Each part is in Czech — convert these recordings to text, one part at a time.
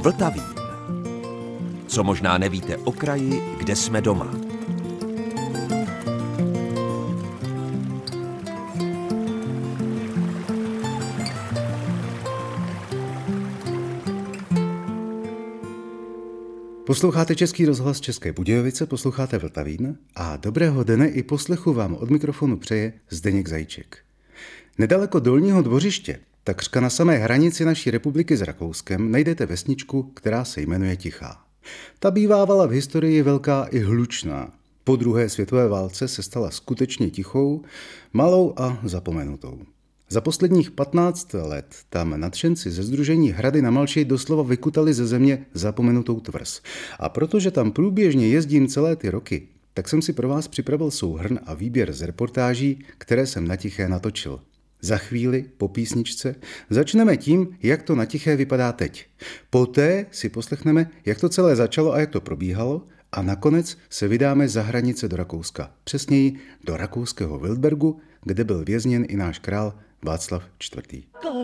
Vltavín. Co možná nevíte o kraji, kde jsme doma. Posloucháte Český rozhlas České Budějovice, posloucháte Vltavín a dobrého dne i poslechu vám od mikrofonu přeje Zdeněk Zajíček. Nedaleko Dolního Dvořiště, takřka na samé hranici naší republiky s Rakouskem, najdete vesničku, která se jmenuje Tichá. Ta bývávala v historii velká i hlučná. Po druhé světové válce se stala skutečně tichou, malou a zapomenutou. Za posledních 15 let tam nadšenci ze sdružení Hrady na Malši doslova vykutali ze země zapomenutou tvrz. A protože tam průběžně jezdím celé ty roky, tak jsem si pro vás připravil souhrn a výběr z reportáží, které jsem na Tiché natočil. Za chvíli, po písničce, začneme tím, jak to na Tiché vypadá teď. Poté si poslechneme, jak to celé začalo a jak to probíhalo, a nakonec se vydáme za hranice do Rakouska. Přesněji do rakouského Wildbergu, kde byl vězněn i náš král Václav IV.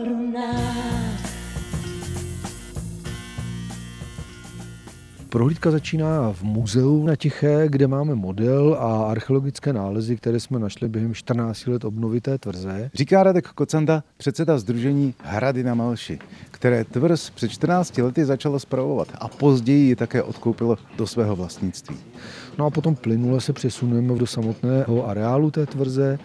Prohlídka začíná v muzeu na Tiché, kde máme model a archeologické nálezy, které jsme našli během 14 let obnovy té tvrze. Říká Radek Kocanda, předseda sdružení Hrady na Malši, které tvrz před 14 lety začalo spravovat a později ji také odkoupilo do svého vlastnictví. No a potom plynule se přesunujeme do samotného areálu té tvrze,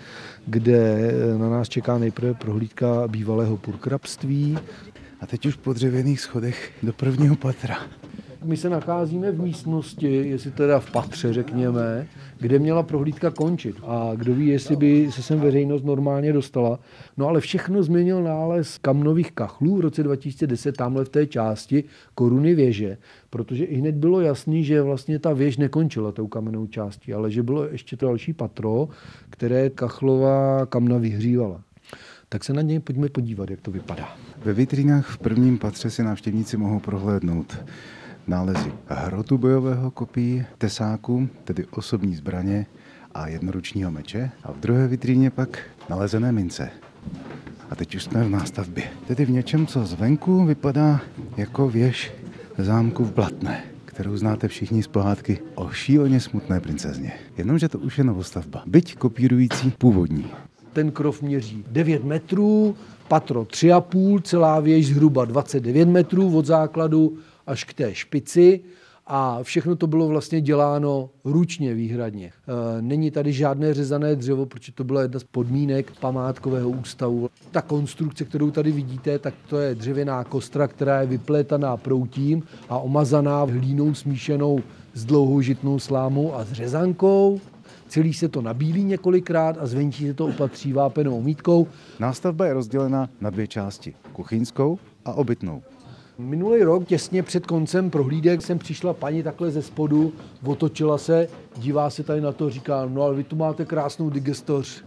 kde na nás čeká nejprve prohlídka bývalého purkrabství. A teď už po dřevěných schodech do prvního patra. My se nacházíme v místnosti, jestli teda v patře, řekněme, kde měla prohlídka končit. A kdo ví, jestli by se sem veřejnost normálně dostala. No ale všechno změnil nález kamnových kachlů v roce 2010 tamhle v té části koruny věže, protože i hned bylo jasný, že vlastně ta věž nekončila tou kamennou částí, ale že bylo ještě to další patro, které kachlová kamna vyhřívala. Tak se na něj pojďme podívat, jak to vypadá. Ve vitrínách v prvním patře si návštěvníci mohou prohlédnout nálezy hrotu bojového kopí, tesáku, tedy osobní zbraně a jednoručního meče, a v druhé vitríně pak nalezené mince. A teď už jsme v nástavbě, tedy v něčem, co zvenku vypadá jako věž zámku v Blatné, kterou znáte všichni z pohádky o šíleně smutné princezně. Jenomže to už je novostavba, byť kopírující původní. Ten krov měří 9 metrů, patro 3,5, celá věž zhruba 29 metrů od základu až k té špici a všechno to bylo vlastně děláno ručně výhradně. Není tady žádné řezané dřevo, protože to byla jedna z podmínek památkového ústavu. Ta konstrukce, kterou tady vidíte, tak to je dřevěná kostra, která je vyplétaná proutím a omazaná hlínou smíšenou s dlouhou žitnou slámou a s řezankou. Celý se to nabílí několikrát a zvenčí se to opatří vápenou omítkou. Nástavba je rozdělena na dvě části, kuchyňskou a obytnou. Minulý rok, těsně před koncem prohlídek, sem přišla paní takhle ze spodu, otočila se, dívá se tady na to, říká, no ale vy tu máte krásnou digestoř.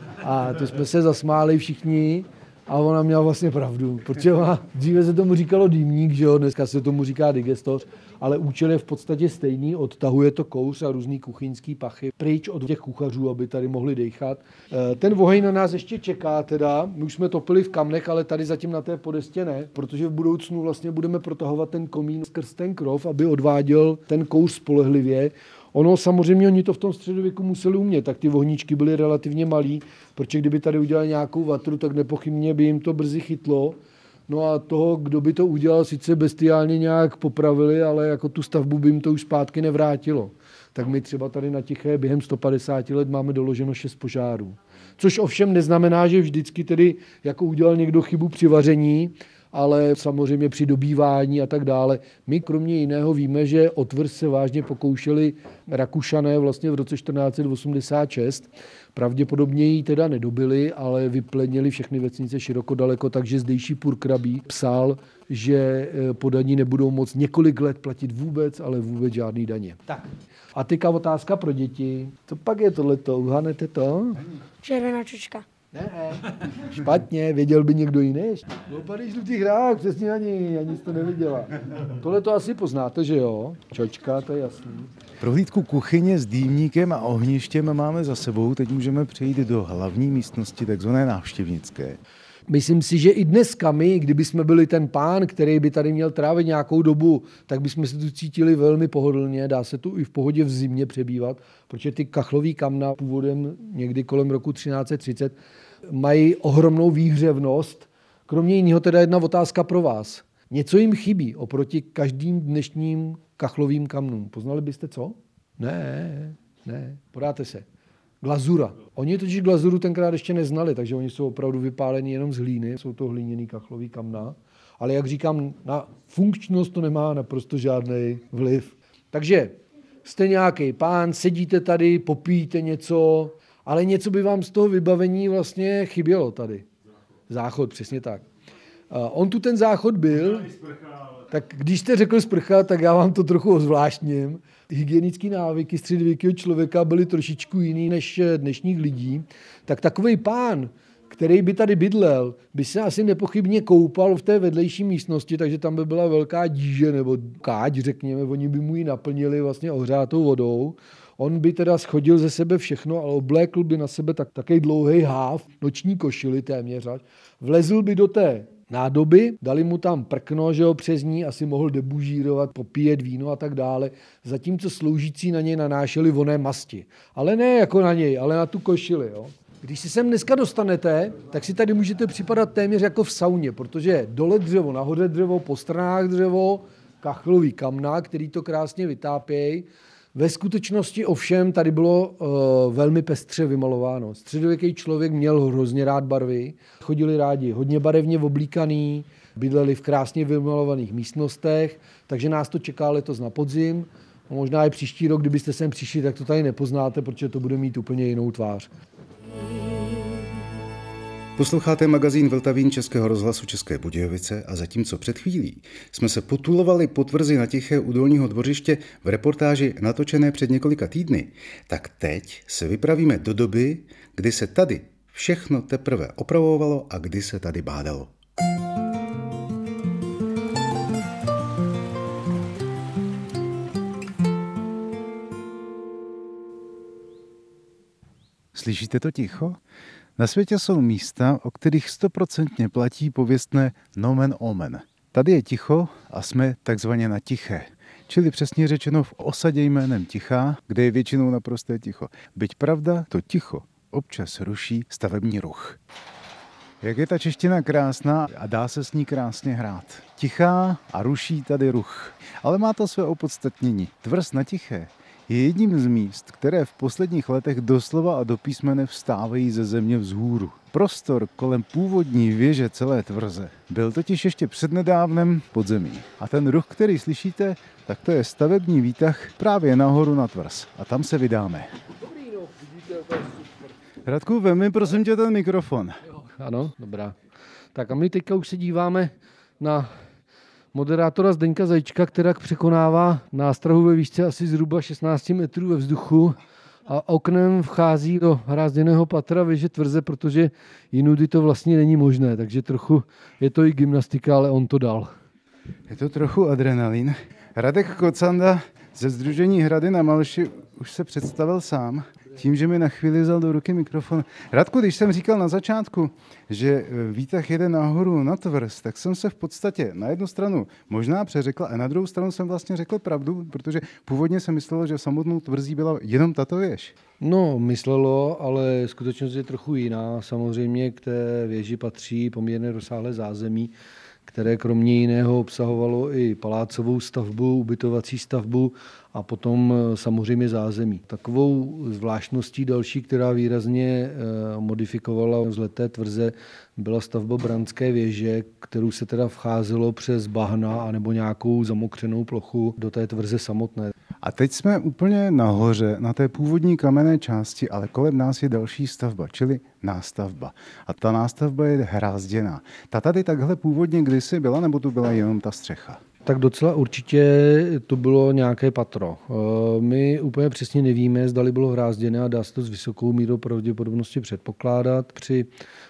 A to jsme se zasmáli všichni a ona měla vlastně pravdu, protože dříve se tomu říkalo dýmník, že jo, dneska se tomu říká digestoř, ale účel je v podstatě stejný, odtahuje to kouř a různý kuchyňský pachy pryč od těch kuchařů, aby tady mohli dejchat. Ten oheň na nás ještě čeká teda, my už jsme topili v kamnech, ale tady zatím na té podestě ne, protože v budoucnu vlastně budeme protahovat ten komín skrz ten krov, aby odváděl ten kouř spolehlivě. Ono samozřejmě, oni to v tom středověku museli umět, tak ty ohníčky byly relativně malý, protože kdyby tady udělali nějakou vatru, tak nepochybně by jim to brzy chytlo. No a toho, kdo by to udělal, sice bestiálně nějak popravili, ale jako tu stavbu by jim to už zpátky nevrátilo. Tak my třeba tady na Tiché během 150 let máme doloženo 6 požárů. Což ovšem neznamená, že vždycky tedy jako udělal někdo chybu při vaření, ale samozřejmě při dobývání a tak dále. My kromě jiného víme, že o tvrz se vážně pokoušeli Rakušané vlastně v roce 1486. Pravděpodobně ji teda nedobili, ale vyplenili všechny vesnice široko daleko, takže zdejší purkrabí psal, že podaní nebudou moc několik let platit vůbec, ale vůbec žádný daně. Tak. A teďka otázka pro děti. Co pak je tohleto? Uhanete to? Červená čočka. Ne, špatně, věděl by někdo jiný? Opady žlutých hrách, přesně ani jste neviděla. Tohle to asi poznáte, že jo? Čočka, to je jasný. Prohlídku kuchyně s dýmníkem a ohništěm máme za sebou, teď můžeme přejít do hlavní místnosti, takzvané návštěvnické. Myslím si, že i dneska my, kdyby jsme byli ten pán, který by tady měl trávit nějakou dobu, tak bychom se tu cítili velmi pohodlně, dá se tu i v pohodě v zimě přebývat, protože ty kachlový kamna původem někdy kolem roku 1330 mají ohromnou výhřevnost. Kromě jiného teda jedna otázka pro vás. Něco jim chybí oproti každým dnešním kachlovým kamnům. Poznali byste co? Ne, podáte se. Glazura. Oni totiž glazuru tenkrát ještě neznali, takže oni jsou opravdu vypálení jenom z hlíny. Jsou to hliněný kachlový kamna. Ale jak říkám, na funkčnost to nemá naprosto žádný vliv. Takže jste nějaký pán, sedíte tady, popíjíte něco, ale něco by vám z toho vybavení vlastně chybělo tady. Záchod, přesně tak. On tu ten záchod byl, tak když jste řekl sprcha, tak já vám to trochu ozvláštním. Hygienické návyky středověkého člověka byly trošičku jiný než dnešních lidí. Tak takový pán, který by tady bydlel, by se asi nepochybně koupal v té vedlejší místnosti, takže tam by byla velká díže nebo káť, řekněme, oni by mu ji naplnili vlastně ohřátou vodou. On by teda schodil ze sebe všechno, ale oblékl by na sebe takový dlouhý háv, noční košili téměř, vlezl by do té nádoby, dali mu tam prkno, že ho přes ní asi mohl debužírovat, popíjet víno a tak dále, zatímco sloužící na něj nanášeli vonné masti. Ale ne jako na něj, ale na tu košili. Jo. Když si sem dneska dostanete, tak si tady můžete připadat téměř jako v sauně, protože dole dřevo, nahoře dřevo, po stranách dřevo, kachlový kamna, který to krásně vytápějí. Ve skutečnosti ovšem tady bylo velmi pestře vymalováno. Středověký člověk měl hrozně rád barvy, chodili rádi hodně barevně oblíkaný, bydleli v krásně vymalovaných místnostech, takže nás to čeká letos na podzim. A možná i příští rok, kdybyste sem přišli, tak to tady nepoznáte, protože to bude mít úplně jinou tvář. Posloucháte magazín Vltavín Českého rozhlasu České Budějovice a zatímco před chvílí jsme se potulovali po tvrzi na Tiché u Dolního Dvořiště v reportáži natočené před několika týdny, tak teď se vypravíme do doby, kdy se tady všechno teprve opravovalo a kdy se tady bádalo. Slyšíte to ticho? Na světě jsou místa, o kterých 100% platí pověstné nomen omen. Tady je ticho a jsme takzvaně na Tiché. Čili přesně řečeno v osadě jménem Tichá, kde je většinou naprosté ticho. Byť pravda, to ticho občas ruší stavební ruch. Jak je ta čeština krásná a dá se s ní krásně hrát. Tichá a ruší tady ruch. Ale má to své opodstatnění. Tvrz na Tiché je jedním z míst, které v posledních letech doslova a do písmene vstávají ze země vzhůru. Prostor kolem původní věže celé tvrze byl totiž ještě přednedávnem podzemí. A ten ruch, který slyšíte, tak to je stavební výtah právě nahoru na tvrz. A tam se vydáme. Radku, vemi prosím tě ten mikrofon. Ano, dobrá. Tak a my teďka už se díváme na moderátora Zdeňka Zajíčka, která překonává nástrahu ve výšce asi zhruba 16 metrů ve vzduchu a oknem vchází do hrázděného patra věže tvrze, protože jinudy to vlastně není možné, takže trochu je to i gymnastika, ale on to dal. Je to trochu adrenalin. Radek Kocanda ze Sdružení Hrady na Malši už se představil sám, tím, že mi na chvíli vzal do ruky mikrofon. Radku, když jsem říkal na začátku, že výtah jede nahoru na tvrz, tak jsem se v podstatě na jednu stranu možná přeřekl a na druhou stranu jsem vlastně řekl pravdu, protože původně jsem myslel, že samotnou tvrzí byla jenom tato věž. No, myslelo, ale skutečnost je trochu jiná. Samozřejmě k té věži patří poměrně rozsáhlé zázemí, které kromě jiného obsahovalo i palácovou stavbu, ubytovací stavbu a potom samozřejmě zázemí. Takovou zvláštností další, která výrazně modifikovala vzhled té tvrze, byla stavba Branské věže, kterou se teda vcházelo přes bahna anebo nějakou zamokřenou plochu do té tvrze samotné. A teď jsme úplně nahoře, na té původní kamenné části, ale kolem nás je další stavba, čili nástavba. A ta nástavba je hrázděná. Ta tady takhle původně kdysi byla, nebo tu byla jenom ta střecha? Tak docela určitě to bylo nějaké patro. My úplně přesně nevíme, zdali bylo hrázděné a dá se to s vysokou mírou pravděpodobnosti předpokládat. Při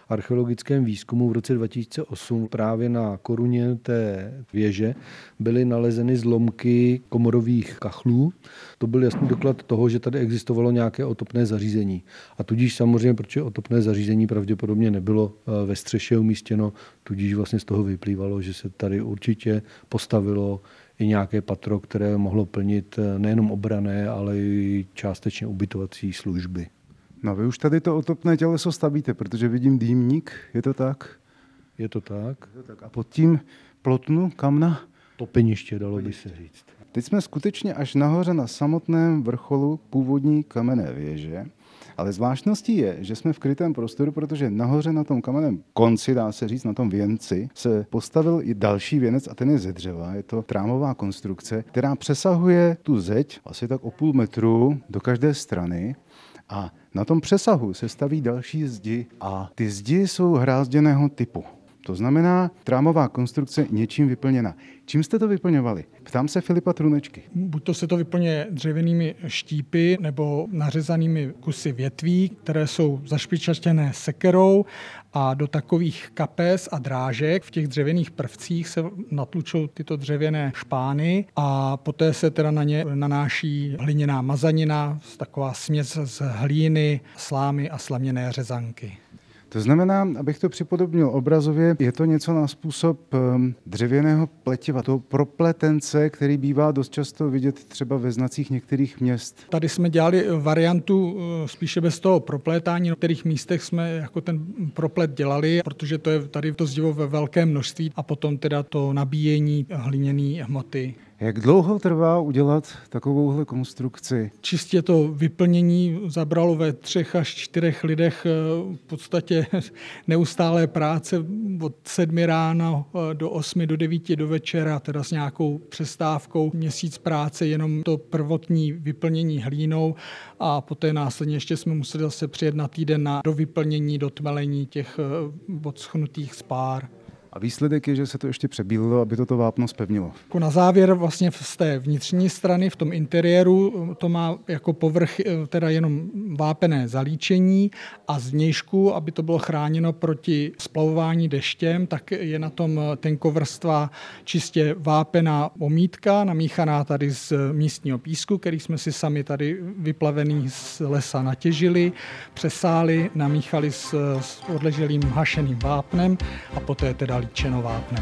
archeologickém výzkumu v roce 2008 právě na koruně té věže byly nalezeny zlomky komorových kachlů. To byl jasný doklad toho, že tady existovalo nějaké otopné zařízení. A tudíž samozřejmě, protože otopné zařízení pravděpodobně nebylo ve střeše umístěno, tudíž vlastně z toho vyplývalo, že se tady určitě postavilo i nějaké patro, které mohlo plnit nejenom obranné, ale i částečně ubytovací služby. No vy už tady to otopné těleso stavíte, protože vidím dýmník, je to tak? Je to tak? A pod tím plotnu kamna? Topeniště, dalo by se říct. Teď jsme skutečně až nahoře na samotném vrcholu původní kamenné věže, ale zvláštností je, že jsme v krytém prostoru, protože nahoře na tom kamenném konci, dá se říct, na tom věnci, se postavil i další věnec a ten je ze dřeva. Je to trámová konstrukce, která přesahuje tu zeď asi tak o 0,5 metru do každé strany. A na tom přesahu se staví další zdi a ty zdi jsou hrázděného typu. To znamená, trámová konstrukce něčím vyplněna. Čím jste to vyplňovali? Ptám se Filipa Trunečky. Buď to se to vyplňuje dřevěnými štípy nebo nařezanými kusy větví, které jsou zašpičatěné sekerou a do takových kapes a drážek v těch dřevěných prvcích se natlučou tyto dřevěné špány a poté se teda na ně nanáší hliněná mazanina, taková směs z hlíny, slámy a slaměné řezanky. To znamená, abych to připodobnil obrazově, je to něco na způsob dřevěného pletiva, toho propletence, který bývá dost často vidět třeba ve znacích některých měst. Tady jsme dělali variantu spíše bez toho proplétání, na kterých místech jsme jako ten proplet dělali, protože to je tady to zdivo ve velkém množství a potom teda to nabíjení hliněné hmoty. Jak dlouho trvá udělat takovouhle konstrukci? Čistě to vyplnění zabralo ve 3 až 4 lidech v podstatě neustálé práce od 7 ráno do 8 do 9 do večera, teda s nějakou přestávkou, měsíc práce, jenom to prvotní vyplnění hlínou a poté následně ještě jsme museli zase přijet na týden na dovyplnění, dotmelení těch odschnutých spár. A výsledek je, že se to ještě přebílilo, aby toto vápno zpevnilo. Na závěr vlastně z té vnitřní strany, v tom interiéru, to má jako povrch teda jenom vápené zalíčení a zvnějšku, aby to bylo chráněno proti splavování deštěm, tak je na tom tenkovrstva čistě vápená omítka, namíchaná tady z místního písku, který jsme si sami tady vyplavený z lesa natěžili, přesáli, namíchali s odleželým hašeným vápnem a poté teda líčeno vápnem.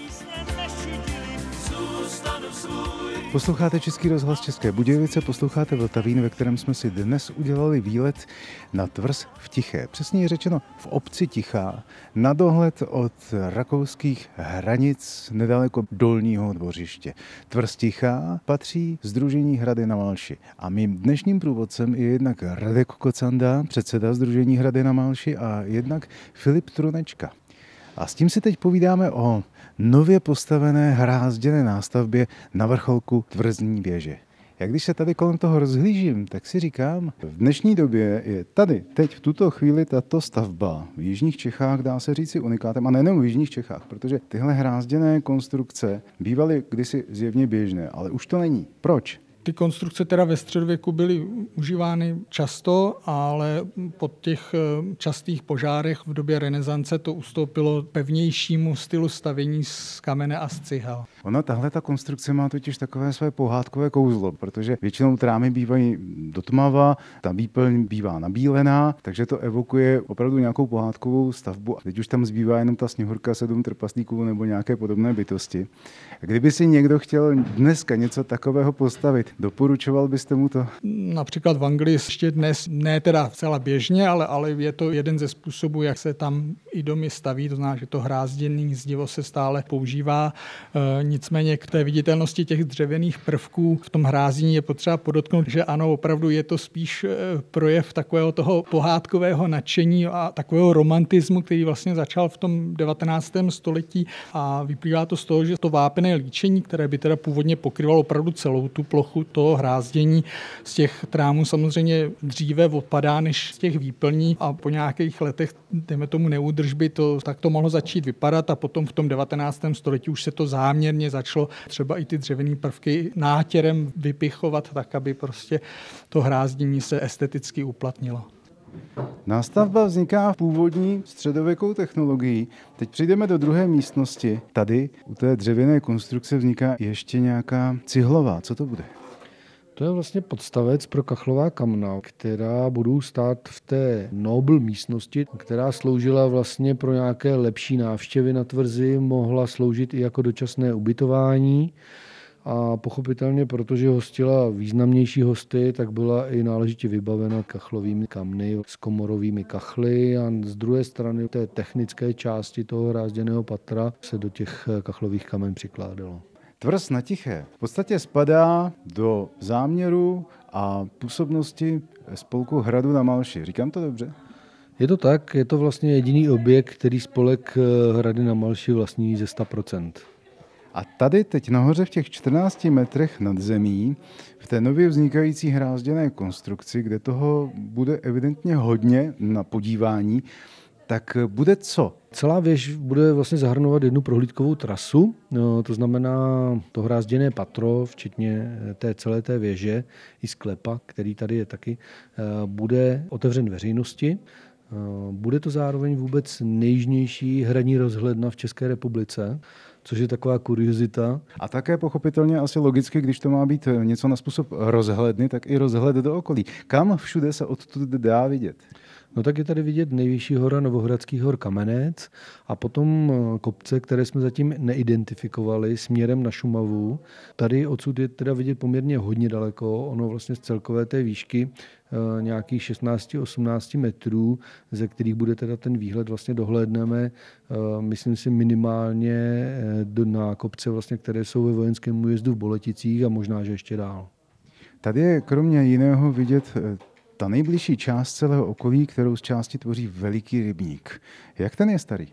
Posloucháte Český rozhlas České Budějovice, posloucháte Vltavín, ve kterém jsme si dnes udělali výlet na tvrz v Tiché. Přesněji řečeno v obci Tichá, na dohled od rakouských hranic nedaleko Dolního Dvořiště. Tvrz Tichá patří Sdružení Hrady na Malši. A mým dnešním průvodcem je jednak Radek Kocanda, předseda Sdružení Hrady na Malši, a jednak Filip Trunečka. A s tím si teď povídáme o nově postavené hrázděné nástavbě na vrcholku tvrzní věže. Jak když se tady kolem toho rozhlížím, tak si říkám, v dnešní době je tady, teď v tuto chvíli tato stavba v jižních Čechách, dá se říci, unikátem, a nejenom v jižních Čechách, protože tyhle hrázděné konstrukce bývaly kdysi zjevně běžné, ale už to není. Proč? Ty konstrukce teda ve středověku byly užívány často, ale po těch častých požárech v době renesance to ustoupilo pevnějšímu stylu stavění z kamene a z cihel. Ona tahle ta konstrukce má totiž takové své pohádkové kouzlo, protože většinou trámy bývají do tmava, ta výplň bývá nabílená, takže to evokuje opravdu nějakou pohádkovou stavbu. A teď už tam zbývá jenom ta Sněhurka 7 trpaslíků nebo nějaké podobné bytosti. Kdyby si někdo chtěl dneska něco takového postavit, doporučoval byste mu to? Například v Anglii ještě dnes, ne teda celá běžně, ale je to jeden ze způsobů, jak se tam i domy staví, to znamená, že to hrázděný zdivo se stále používá. Nicméně k té viditelnosti těch dřevěných prvků v tom hrázdění je potřeba podotknout, že ano, opravdu je to spíš projev takového toho pohádkového nadšení a takového romantismu, který vlastně začal v tom 19. století a vyplývá to z toho, že to vápené líčení, které by teda původně pokrývalo opravdu celou tu plochu toho hrázdění, z těch trámů samozřejmě dříve odpadá než z těch výplní a po nějakých letech, dejme tomu neúdržby, tak to mohlo začít vypadat a potom v tom 19. století už se to záměrně začalo třeba i ty dřevěné prvky nátěrem vypichovat tak, aby prostě to hrázdění se esteticky uplatnilo. Nástavba vzniká v původní středověkou technologií. Teď přijdeme do druhé místnosti. Tady u té dřevěné konstrukce vzniká ještě nějaká cihlová. Co to bude? To je vlastně podstavec pro kachlová kamna, která budou stát v té nobl místnosti, která sloužila vlastně pro nějaké lepší návštěvy na tvrzi, mohla sloužit i jako dočasné ubytování. A pochopitelně, protože hostila významnější hosty, tak byla i náležitě vybavena kachlovými kamny s komorovými kachly a z druhé strany té technické části toho hrázděného patra se do těch kachlových kamen přikládalo. Tvrz na Tiché v podstatě spadá do záměru a působnosti spolku Hradu na Malši. Říkám to dobře? Je to tak, je to vlastně jediný objekt, který spolek Hrady na Malši vlastní ze 100%. A tady teď nahoře v těch 14 metrech nad zemí, v té nově vznikající hrázděné konstrukci, kde toho bude evidentně hodně na podívání, tak bude co? Celá věž bude vlastně zahrnovat jednu prohlídkovou trasu, to znamená to hrázděné patro, včetně celé té věže i sklepa, který tady je taky, bude otevřen veřejnosti. Bude to zároveň vůbec nejjižnější hradní rozhledna v České republice, což je taková kuriozita. A také pochopitelně asi logicky, když to má být něco na způsob rozhledny, tak i rozhled do okolí. Kam všude se odtud dá vidět? No tak je tady vidět nejvyšší hora Novohradských hor Kamenec a potom kopce, které jsme zatím neidentifikovali směrem na Šumavu. Tady odsud je teda vidět poměrně hodně daleko, ono vlastně z celkové té výšky nějakých 16-18 metrů, ze kterých bude teda ten výhled vlastně dohlédneme, myslím si minimálně na kopce, vlastně, které jsou ve vojenském újezdu v Boleticích a možná, že ještě dál. Tady je kromě jiného vidět ta nejbližší část celého okolí, kterou z části tvoří veliký rybník. Jak ten je starý?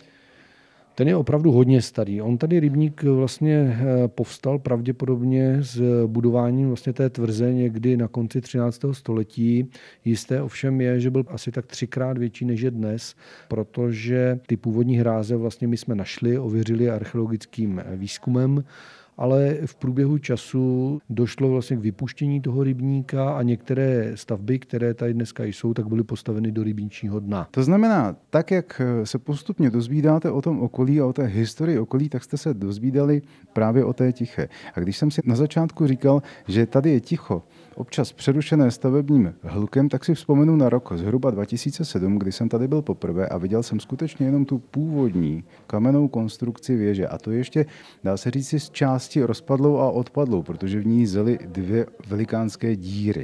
Ten je opravdu hodně starý. On tady rybník vlastně povstal pravděpodobně s budováním vlastně té tvrze někdy na konci 13. století. Jisté ovšem je, že byl asi tak 3krát větší než je dnes, protože ty původní hráze vlastně my jsme našli, ověřili archeologickým výzkumem, ale v průběhu času došlo vlastně k vypuštění toho rybníka a některé stavby, které tady dneska jsou, tak byly postaveny do rybničního dna. To znamená, tak jak se postupně dozvídáte o tom okolí a o té historii okolí, tak jste se dozvídali právě o té Tiché. A když jsem si na začátku říkal, že tady je ticho, občas přerušené stavebním hlukem, tak si vzpomenu na rok zhruba 2007, kdy jsem tady byl poprvé a viděl jsem skutečně jenom tu původní kamennou konstrukci věže. A to ještě, dá se říct, z části rozpadlou a odpadlou, protože v ní zely 2 velikánské díry.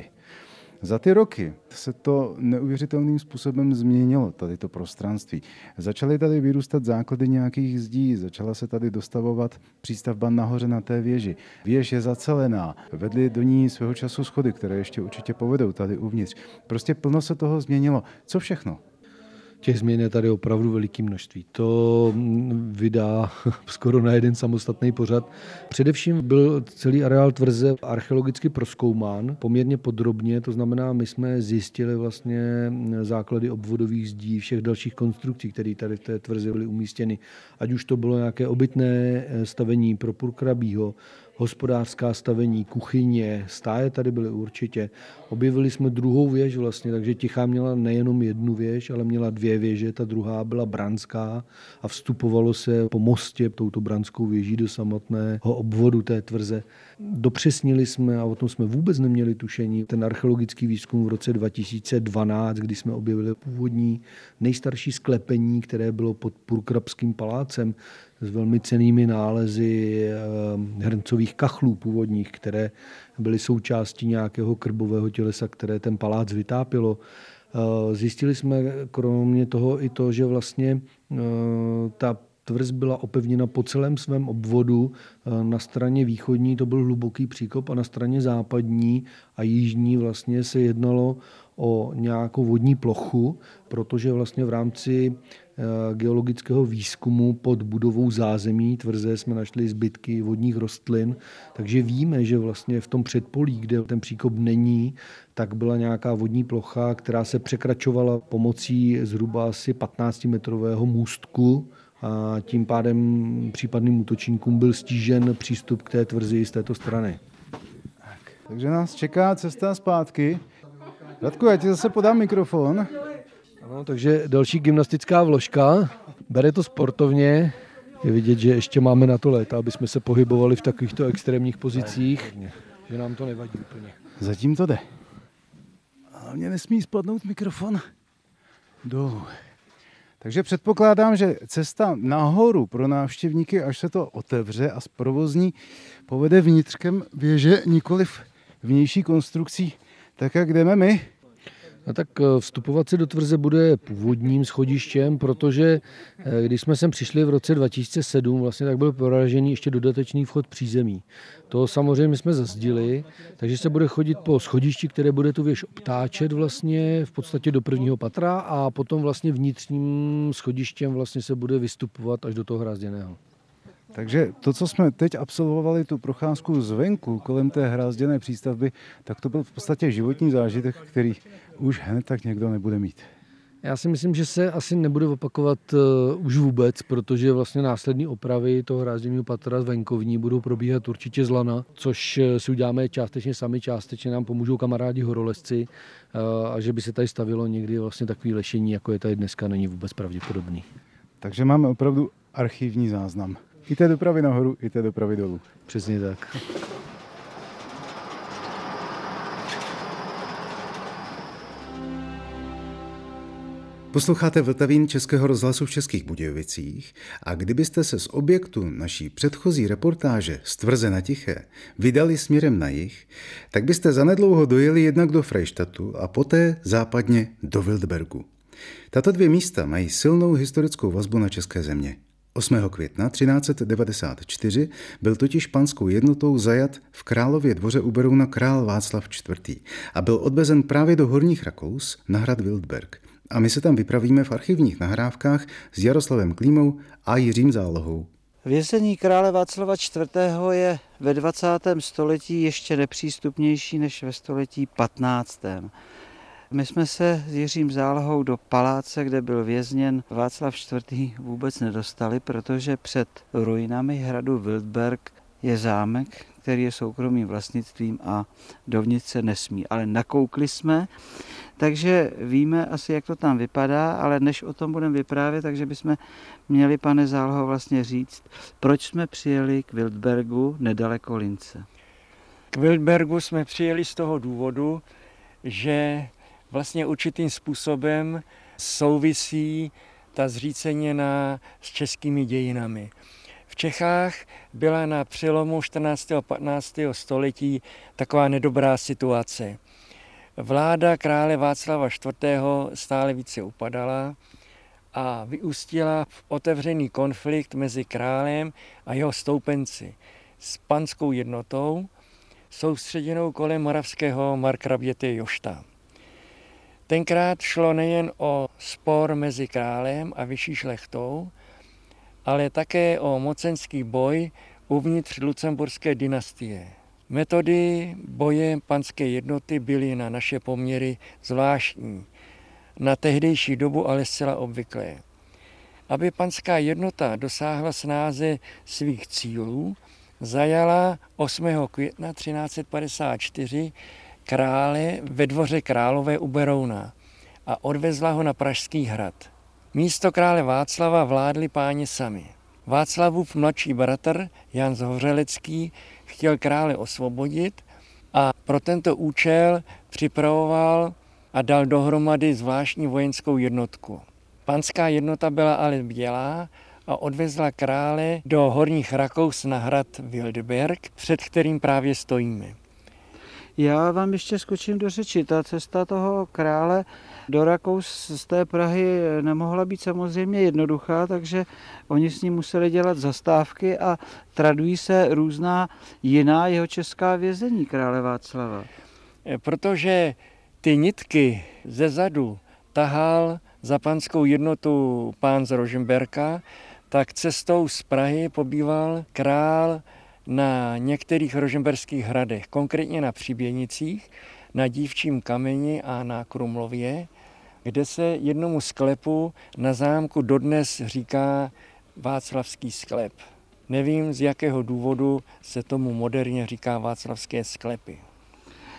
Za ty roky se to neuvěřitelným způsobem změnilo, tady to prostranství. Začaly tady vyrůstat základy nějakých zdí, začala se tady dostavovat přístavba nahoře na té věži. Věž je zacelená, vedly do ní svého času schody, které ještě určitě povedou tady uvnitř. Prostě plno se toho změnilo. Co všechno? Těch změn je tady opravdu veliké množství. To vydá skoro na jeden samostatný pořad. Především byl celý areál tvrze archeologicky prozkoumán poměrně podrobně, to znamená, my jsme zjistili vlastně základy obvodových zdí, všech dalších konstrukcí, které tady v té tvrze byly umístěny. Ať už to bylo nějaké obytné stavení pro purkrabího, hospodářská stavení, kuchyně, stáje tady byly určitě. Objevili jsme druhou věž vlastně, takže Tichá měla nejenom jednu věž, ale měla 2 věže, ta druhá byla branská a vstupovalo se po mostě touto branskou věží do samotného obvodu té tvrze. Dopřesnili jsme, a o tom jsme vůbec neměli tušení, ten archeologický výzkum v roce 2012, kdy jsme objevili původní nejstarší sklepení, které bylo pod Purkrabským palácem, s velmi cennými nálezy hrncových kachlů původních, které byly součástí nějakého krbového tělesa, které ten palác vytápělo. Zjistili jsme kromě toho i to, že vlastně ta tvrz byla opevněna po celém svém obvodu. Na straně východní to byl hluboký příkop a na straně západní a jižní vlastně se jednalo o nějakou vodní plochu, protože vlastně v rámci geologického výzkumu pod budovou zázemí tvrze jsme našli zbytky vodních rostlin, takže víme, že vlastně v tom předpolí, kde ten příkop není, tak byla nějaká vodní plocha, která se překračovala pomocí zhruba asi 15-metrového můstku a tím pádem případným útočníkům byl stížen přístup k té tvrzi z této strany. Takže nás čeká cesta zpátky. Radku, já ti zase podám mikrofon. Ano, takže další gymnastická vložka. Bere to sportovně. Je vidět, že ještě máme na to léta, aby jsme se pohybovali v takovýchto extrémních pozicích, že nám to nevadí úplně. Zatím to jde. A mě nesmí spadnout mikrofon dolů. Takže předpokládám, že cesta nahoru pro návštěvníky, až se to otevře a zprovozní, povede vnitřkem věže, nikoliv vnější konstrukcí, tak jak jdeme my. A tak vstupovat se do tvrze bude původním schodištěm, protože když jsme sem přišli v roce 2007, vlastně tak byl proražený ještě dodatečný vchod přízemí. To samozřejmě jsme zazdili, takže se bude chodit po schodišti, které bude tu věž obtáčet vlastně v podstatě do prvního patra a potom vlastně vnitřním schodištěm vlastně se bude vystupovat až do toho hrázděného. Takže to, co jsme teď absolvovali, tu procházku zvenku kolem té hrázděné přístavby, tak to byl v podstatě životní zážitek, který už hned tak někdo nebude mít. Já si myslím, že se asi nebude opakovat už vůbec, protože vlastně následní opravy toho hrázděného patra venkovní budou probíhat určitě z lana, což si uděláme částečně sami, částečně nám pomůžou kamarádi horolezci a že by se tady stavilo někdy vlastně takový lešení, jako je tady dneska, není vůbec pravděpodobný. Takže máme opravdu archivní záznam. I té dopravy nahoru, i té dopravy dolů. Přesně tak. Posloucháte Vltavín Českého rozhlasu v Českých Budějovicích a kdybyste se z objektu naší předchozí reportáže z Tvrze na Tiché vydali směrem na jih, tak byste zanedlouho dojeli jednak do Frejštatu a poté západně do Wildbergu. Tato dvě místa mají silnou historickou vazbu na české země. 8. května 1394 byl totiž panskou jednotou zajat v Králově dvoře u Berouna král Václav IV. A byl odvezen právě do Horních Rakous na hrad Wildberg. A my se tam vypravíme v archivních nahrávkách s Jaroslavem Klímou a Jiřím Zálohou. Vězení krále Václava IV. Je ve 20. století ještě nepřístupnější než ve století 15. My jsme se s Jiřím Zálohou do paláce, kde byl vězněn Václav IV. Vůbec nedostali, protože před ruinami hradu Wildberg je zámek, který je soukromým vlastnictvím a dovnitř se nesmí. Ale nakoukli jsme, takže víme asi, jak to tam vypadá, ale než o tom budeme vyprávět, takže bychom měli, pane Záloho, vlastně říct, proč jsme přijeli k Wildbergu nedaleko Lince. K Wildbergu jsme přijeli z toho důvodu, že vlastně určitým způsobem souvisí ta zřícenina s českými dějinami. V Čechách byla na přelomu 14. a 15. století taková nedobrá situace. Vláda krále Václava IV. Stále více upadala a vyústila v otevřený konflikt mezi králem a jeho stoupenci s panskou jednotou, soustředěnou kolem moravského markraběte Jošta. Tenkrát šlo nejen o spor mezi králem a vyšší šlechtou, ale také o mocenský boj uvnitř lucemburské dynastie. Metody boje panské jednoty byly na naše poměry zvláštní, na tehdejší dobu ale zcela obvyklé. Aby panská jednota dosáhla snáze svých cílů, zajala 8. května 1354 krále ve dvoře Králové u Berouna a odvezla ho na Pražský hrad. Místo krále Václava vládli páni sami. Václavův mladší bratr Jan Zhořelecký chtěl krále osvobodit a pro tento účel připravoval a dal dohromady zvláštní vojenskou jednotku. Panská jednota byla ale bdělá a odvezla krále do Horních Rakous na hrad Wildberg, před kterým právě stojíme. Já vám ještě skočím do řeči. Ta cesta toho krále do Rakous z té Prahy nemohla být samozřejmě jednoduchá, takže oni s ním museli dělat zastávky a tradují se různá jiná jihočeská vězení krále Václava. Protože ty nitky ze zadu tahal za panskou jednotu pán z Rožmberka, tak cestou z Prahy pobýval král na některých rožmberských hradech, konkrétně na Přiběnicích, na Dívčím kameni a na Krumlově, kde se jednomu sklepu na zámku dodnes říká Václavský sklep. Nevím, z jakého důvodu se tomu moderně říká Václavské sklepy.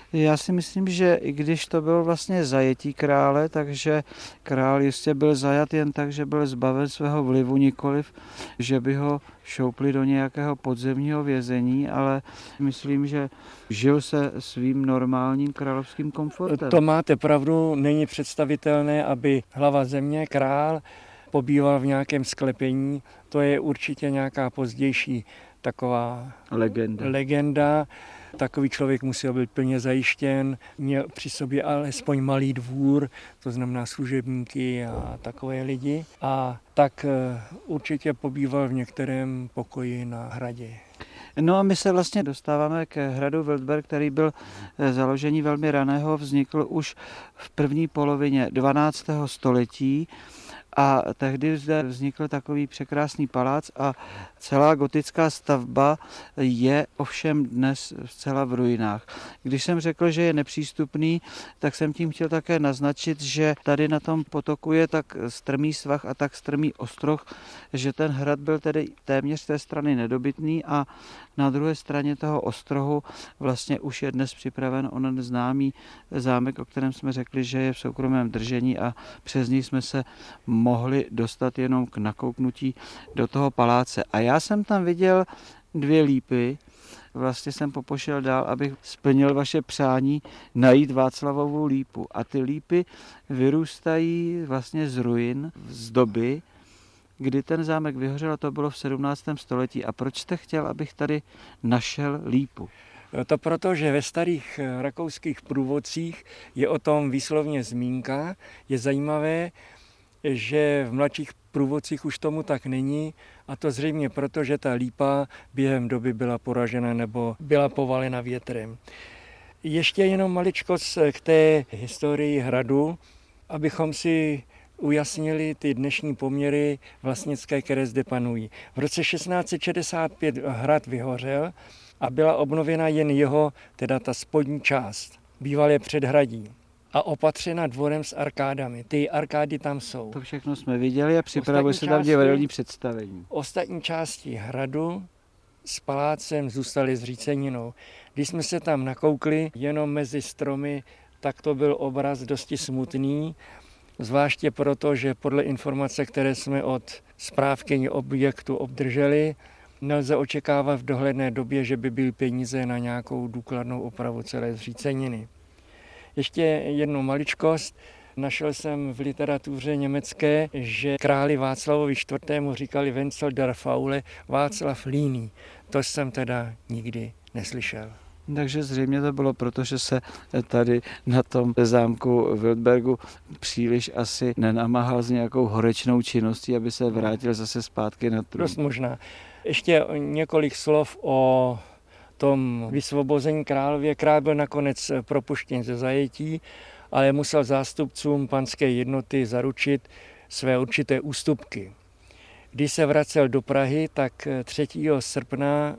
Já si myslím, že i když to bylo vlastně zajetí krále, takže král jistě byl zajat jen tak, že byl zbaven svého vlivu, nikoliv, že by ho šoupli do nějakého podzemního vězení, ale myslím, že žil se svým normálním královským komfortem. To máte pravdu, není představitelné, aby hlava země, král, pobýval v nějakém sklepení. To je určitě nějaká pozdější taková legenda. Takový člověk musel být plně zajištěn, měl při sobě alespoň malý dvůr, to znamená služebníky a takové lidi. A tak určitě pobýval v některém pokoji na hradě. No a my se vlastně dostáváme k hradu Wildberg, který byl založení velmi raného, vznikl už v první polovině 12. století. A tehdy zde vznikl takový překrásný palác a celá gotická stavba je ovšem dnes zcela v ruinách. Když jsem řekl, že je nepřístupný, tak jsem tím chtěl také naznačit, že tady na tom potoku je tak strmý svah a tak strmý ostroh, že ten hrad byl tedy téměř z té strany nedobytný a na druhé straně toho ostrohu vlastně už je dnes připraven onen známý zámek, o kterém jsme řekli, že je v soukromém držení a přes něj jsme se mohli dostat jenom k nakouknutí do toho paláce. A já jsem tam viděl 2 lípy, vlastně jsem popošel dál, abych splnil vaše přání najít Václavovu lípu. A ty lípy vyrůstají vlastně z ruin, z doby, kdy ten zámek vyhořel, a to bylo v 17. století. A proč jste chtěl, abych tady našel lípu? To proto, že ve starých rakouských průvodcích je o tom výslovně zmínka. Je zajímavé, že v mladších průvodcích už tomu tak není, a to zřejmě proto, že ta lípa během doby byla poražena nebo byla povalena větrem. Ještě jenom maličkost k té historii hradu, abychom si ujasnili ty dnešní poměry vlastnické, které zde panují. V roce 1665 hrad vyhořel a byla obnovena jen jeho, teda ta spodní část, bývalé předhradí, a opatřena dvorem s arkádami. Ty arkády tam jsou. To všechno jsme viděli a připravuje se tam divadelní představení. Ostatní části hradu s palácem zůstaly zříceninou. Když jsme se tam nakoukli jenom mezi stromy, tak to byl obraz dosti smutný, zvláště proto, že podle informace, které jsme od správkyně objektu obdrželi, nelze očekávat v dohledné době, že by byly peníze na nějakou důkladnou opravu celé zříceniny. Ještě jednu maličkost. Našel jsem v literatuře německé, že králi Václavovi IV. Říkali Wenzel der Faule, Václav líný. To jsem teda nikdy neslyšel. Takže zřejmě to bylo proto, že se tady na tom zámku Wildbergu příliš asi nenamáhal s nějakou horečnou činností, aby se vrátil zase zpátky na trůn. Dost možná. Ještě několik slov o tom vysvobození králově. Král byl nakonec propuštěn ze zajetí, ale musel zástupcům panské jednoty zaručit své určité ústupky. Když se vracel do Prahy, tak 3. srpna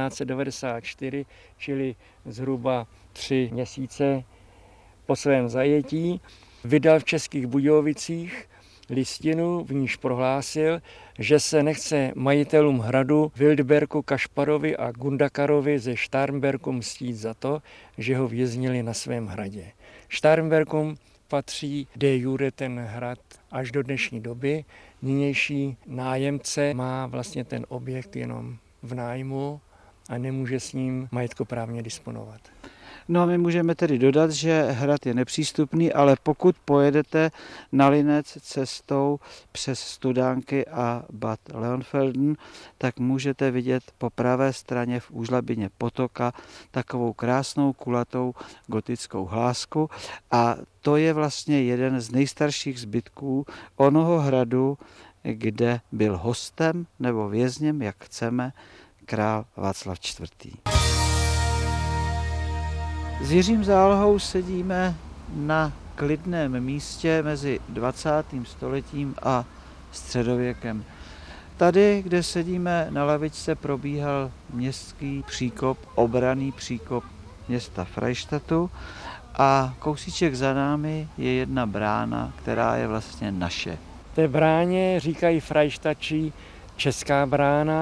1394, čili zhruba 3 měsíce po svém zajetí, vydal v Českých Budějovicích listinu, v níž prohlásil, že se nechce majitelům hradu Wildbergu, Kašparovi a Gundakarovi ze Starnberku mstít za to, že ho věznili na svém hradě. Starnbergům patří de jure ten hrad až do dnešní doby. Nynější nájemce má vlastně ten objekt jenom v nájmu a nemůže s ním majetkoprávně disponovat. No a my můžeme tedy dodat, že hrad je nepřístupný, ale pokud pojedete na Linec cestou přes Studánky a Bad Leonfelden, tak můžete vidět po pravé straně v úžlabině potoka takovou krásnou kulatou gotickou hlásku a to je vlastně jeden z nejstarších zbytků onoho hradu, kde byl hostem nebo vězněm, jak chceme, král Václav IV. S Jiřím Zálohou sedíme na klidném místě mezi 20. stoletím a středověkem. Tady, kde sedíme na lavičce, probíhal městský příkop, obranný příkop města Freistatu a kousíček za námi je jedna brána, která je vlastně naše. Té bráně říkají Freistačí Česká brána,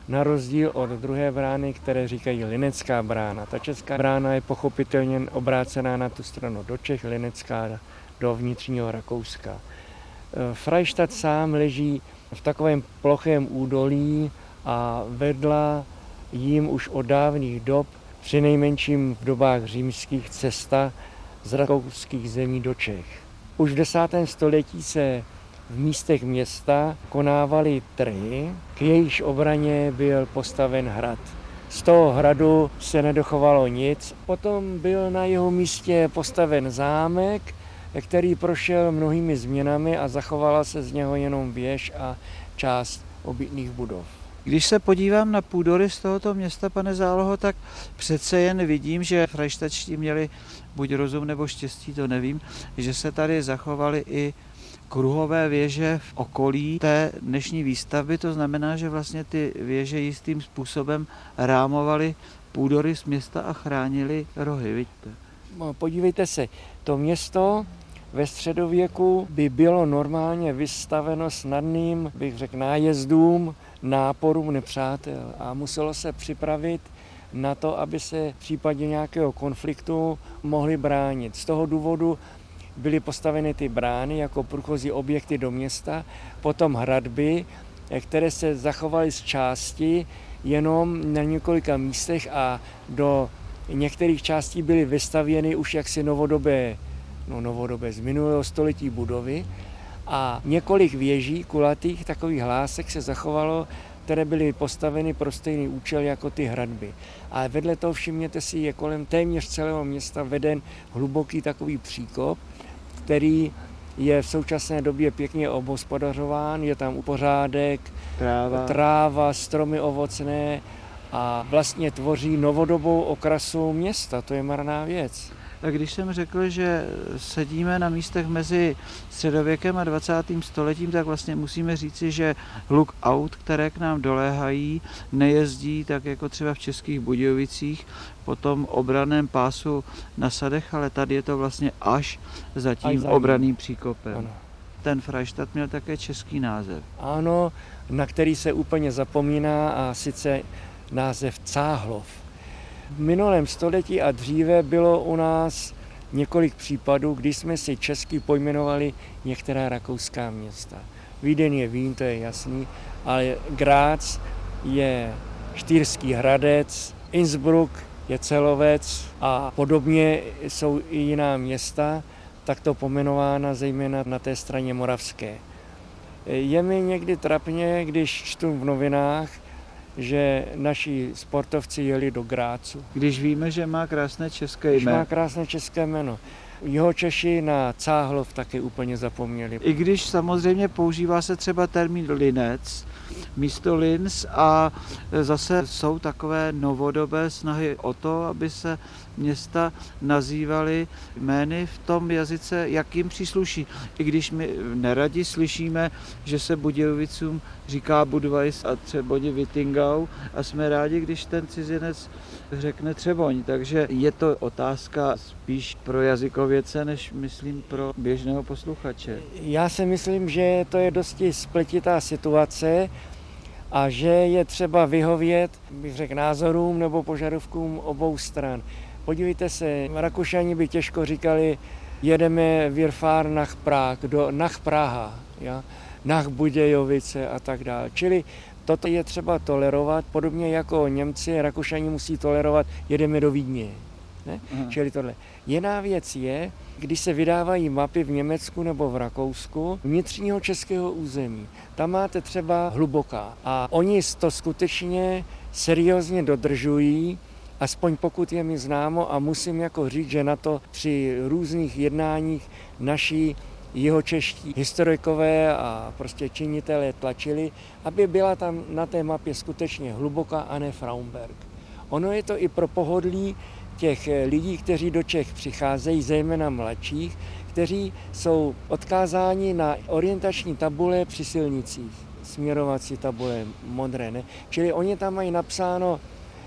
na rozdíl od druhé brány, které říkají Linecká brána. Ta česká brána je pochopitelně obrácená na tu stranu do Čech, Linecká do vnitřního Rakouska. Freistadt sám leží v takovém plochém údolí a vedla jim už od dávných dob, přinejmenším v dobách římských, cesta z rakouských zemí do Čech. Už v 10. století se v místech města konávaly trhy, k jejíž obraně byl postaven hrad. Z toho hradu se nedochovalo nic. Potom byl na jeho místě postaven zámek, který prošel mnohými změnami a zachovala se z něho jenom věž a část obytných budov. Když se podívám na půdorys tohoto města, pane Záloho, tak přece jen vidím, že Freistadští měli buď rozum nebo štěstí, to nevím, že se tady zachovaly i kruhové věže v okolí té dnešní výstavby. To znamená, že vlastně ty věže jistým způsobem rámovaly půdorys města a chránily rohy, vidíte? Podívejte se, to město ve středověku by bylo normálně vystaveno snadným, bych řekl, nájezdům, náporům nepřátel a muselo se připravit na to, aby se v případě nějakého konfliktu mohli bránit. Z toho důvodu byly postaveny ty brány jako průchozí objekty do města, potom hradby, které se zachovaly z části jenom na několika místech a do některých částí byly vystavěny už jaksi novodobé z minulého století budovy a několik věží kulatých takových hlásek se zachovalo, které byly postaveny pro stejný účel jako ty hradby. A vedle toho všimněte si, je kolem téměř celého města veden hluboký takový příkop, který je v současné době pěkně obhospodařován, je tam pořádek, tráva, stromy ovocné a vlastně tvoří novodobou okrasu města, to je marná věc. A když jsem řekl, že sedíme na místech mezi středověkem a 20. stoletím, tak vlastně musíme říci, že hluk aut, které k nám doléhají, nejezdí tak jako třeba v Českých Budějovicích po tom obranném pásu na sadech, ale tady je to vlastně až za tím obranným příkopem. Ano. Ten Freistadt měl také český název. Ano, na který se úplně zapomíná, a sice název Cáhlov. V minulém století a dříve bylo u nás několik případů, kdy jsme si česky pojmenovali některá rakouská města. Vídeň je Vín, to je jasný, ale Grác je Štýrský Hradec, Innsbruck je Celovec a podobně jsou i jiná města, takto pomenována zejména na té straně moravské. Je mi někdy trapně, když čtu v novinách, že naši sportovci jeli do Grácu. Když víme, že má krásné české jméno. Když má krásné české jméno. Jihočeši na Cáhlov taky úplně zapomněli. I když samozřejmě používá se třeba termín Linec místo Linz a zase jsou takové novodobé snahy o to, aby se města nazývaly jmény v tom jazyce, jak jim přísluší. I když my neradi slyšíme, že se Budějovicům říká Budweis a Třeboni Wittingau a jsme rádi, když ten cizinec řekne Třeboň. Takže je to otázka spíš pro jazykovědce, než myslím pro běžného posluchače. Já si myslím, že to je dosti spletitá situace a že je třeba vyhovět, bych řekl, názorům nebo požadavkům obou stran. Podívejte se, Rakušani by těžko říkali, jedeme wir fahren nach Praha, ja? Nach Budějovice a tak dále. Čili toto je třeba tolerovat, podobně jako Němci, Rakušani musí tolerovat, jedeme do Vídně. Ne? Čili tohle. Jiná věc je, když se vydávají mapy v Německu nebo v Rakousku vnitřního českého území. Tam máte třeba Hluboká a oni to skutečně seriózně dodržují, aspoň pokud je mi známo, a musím jako říct, že na to při různých jednáních naší jihočeští historikové a prostě činitelé tlačili, aby byla tam na té mapě skutečně Hluboká a ne Fraumberg. Ono je to i pro pohodlí těch lidí, kteří do Čech přicházejí, zejména mladších, kteří jsou odkázáni na orientační tabule při silnicích, směrovací tabule modré, ne? Čili oni tam mají napsáno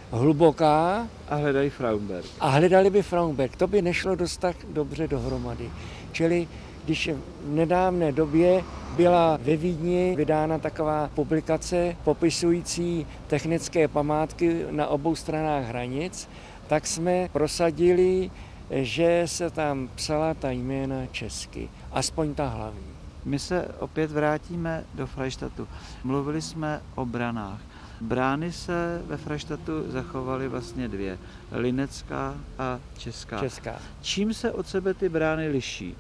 Hluboká a hledají Fraumberg. A hledali by Fraumberg. To by nešlo dost tak dobře dohromady. Čili když v nedávné době byla ve Vídni vydána taková publikace popisující technické památky na obou stranách hranic, tak jsme prosadili, že se tam psala ta jména česky, aspoň ta hlavní. My se opět vrátíme do Freistatu. Mluvili jsme o branách. Brány se ve Freistatu zachovaly vlastně dvě, linecká a česká. Čím se od sebe ty brány liší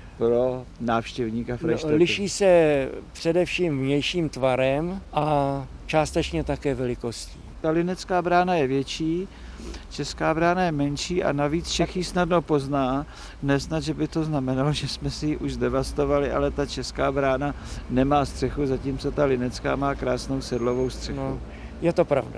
pro návštěvníka Freistatu? Liší se především vnějším tvarem a částečně také velikostí. Ta linecká brána je větší, česká brána je menší a navíc Čech ji snadno pozná. Nesnad, že by to znamenalo, že jsme si ji už devastovali, ale ta česká brána nemá střechu, zatímco ta linecká má krásnou sedlovou střechu. No, je to pravda.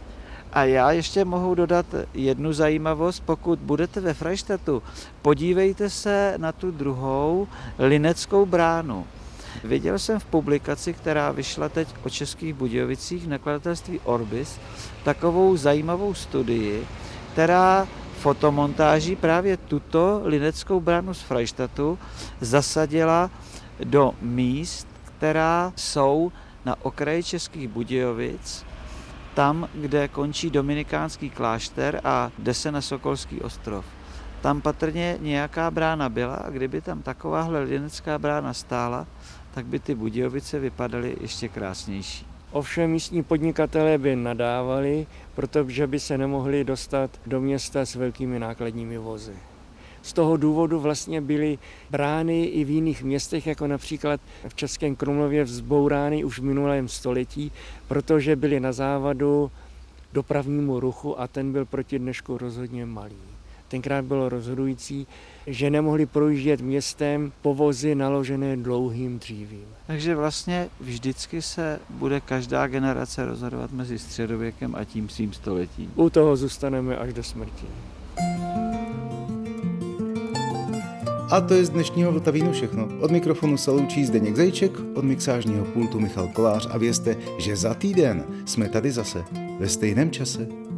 A já ještě mohu dodat jednu zajímavost. Pokud budete ve Freistatu, podívejte se na tu druhou lineckou bránu. Viděl jsem v publikaci, která vyšla teď o Českých Budějovicích v nakladatelství Orbis, takovou zajímavou studii, která fotomontáží právě tuto lineckou bránu z Freistatu zasadila do míst, která jsou na okraji Českých Budějovic, tam, kde končí dominikánský klášter a jde se na Sokolský ostrov. Tam patrně nějaká brána byla a kdyby tam takováhle linecká brána stála, tak by ty Budějovice vypadaly ještě krásnější. Ovšem místní podnikatelé by nadávali, protože by se nemohli dostat do města s velkými nákladními vozy. Z toho důvodu vlastně byly brány i v jiných městech, jako například v Českém Krumlově vzbourány už v minulém století, protože byly na závadu dopravnímu ruchu a ten byl proti dnešku rozhodně malý. Tenkrát bylo rozhodující, že nemohli projíždět městem povozy naložené dlouhým dřívím. Takže vlastně vždycky se bude každá generace rozhodovat mezi středověkem a tím svým stoletím. U toho zůstaneme až do smrti. A to je z dnešního Vltavínu všechno. Od mikrofonu se loučí Zdeněk Zajíček, od mixážního pultu Michal Kolář a vězte, že za týden jsme tady zase ve stejném čase.